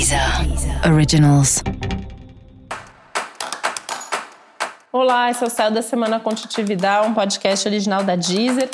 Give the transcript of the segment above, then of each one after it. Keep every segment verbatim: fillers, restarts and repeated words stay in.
Deezer Originals. Olá, esse é o Céu da Semana com Titi Vidal, um podcast original da Deezer.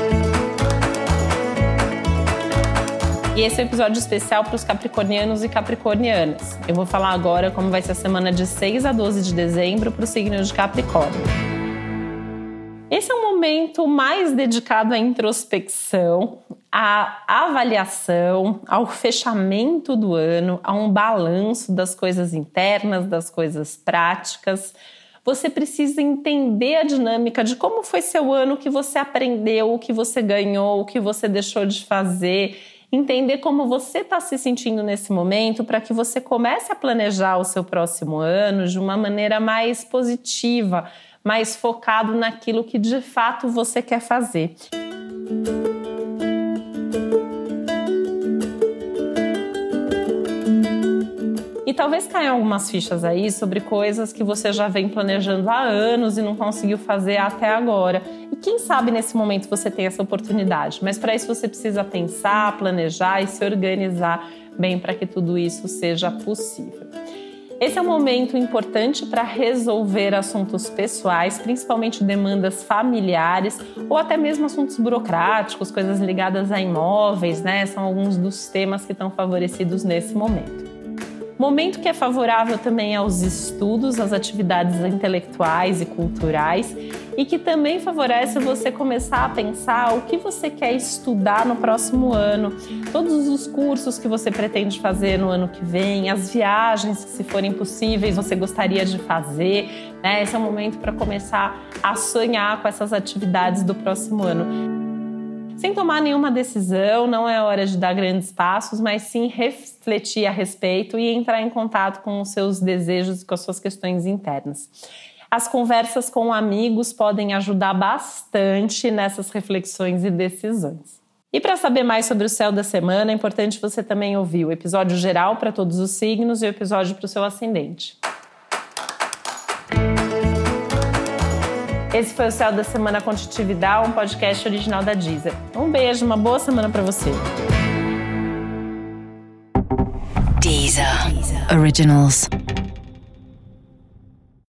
E esse é um episódio especial para os capricornianos e capricornianas. Eu vou falar agora como vai ser a semana de seis a doze de dezembro para o signo de Capricórnio. Esse é um momento mais dedicado à introspecção, à avaliação, ao fechamento do ano, a um balanço das coisas internas, das coisas práticas. Você precisa entender a dinâmica de como foi seu ano, o que você aprendeu, o que você ganhou, o que você deixou de fazer. Entender como você está se sentindo nesse momento para que você comece a planejar o seu próximo ano de uma maneira mais positiva, mais focado naquilo que de fato você quer fazer. E talvez caiam algumas fichas aí sobre coisas que você já vem planejando há anos e não conseguiu fazer até agora. E quem sabe nesse momento você tem essa oportunidade. Mas para isso você precisa pensar, planejar e se organizar bem para que tudo isso seja possível. Esse é um momento importante para resolver assuntos pessoais, principalmente demandas familiares ou até mesmo assuntos burocráticos, coisas ligadas a imóveis, né? São alguns dos temas que estão favorecidos nesse momento. Momento que é favorável também aos estudos, às atividades intelectuais e culturais e que também favorece você começar a pensar o que você quer estudar no próximo ano, todos os cursos que você pretende fazer no ano que vem, as viagens que, se forem possíveis, você gostaria de fazer, né? Esse é o momento para começar a sonhar com essas atividades do próximo ano. Sem tomar nenhuma decisão, não é hora de dar grandes passos, mas sim refletir a respeito e entrar em contato com os seus desejos e com as suas questões internas. As conversas com amigos podem ajudar bastante nessas reflexões e decisões. E para saber mais sobre o céu da semana, é importante você também ouvir o episódio geral para todos os signos e o episódio para o seu ascendente. Esse foi o Céu da Semana com Titi Vidal, um podcast original da Deezer. Um beijo, uma boa semana para você. Deezer Originals.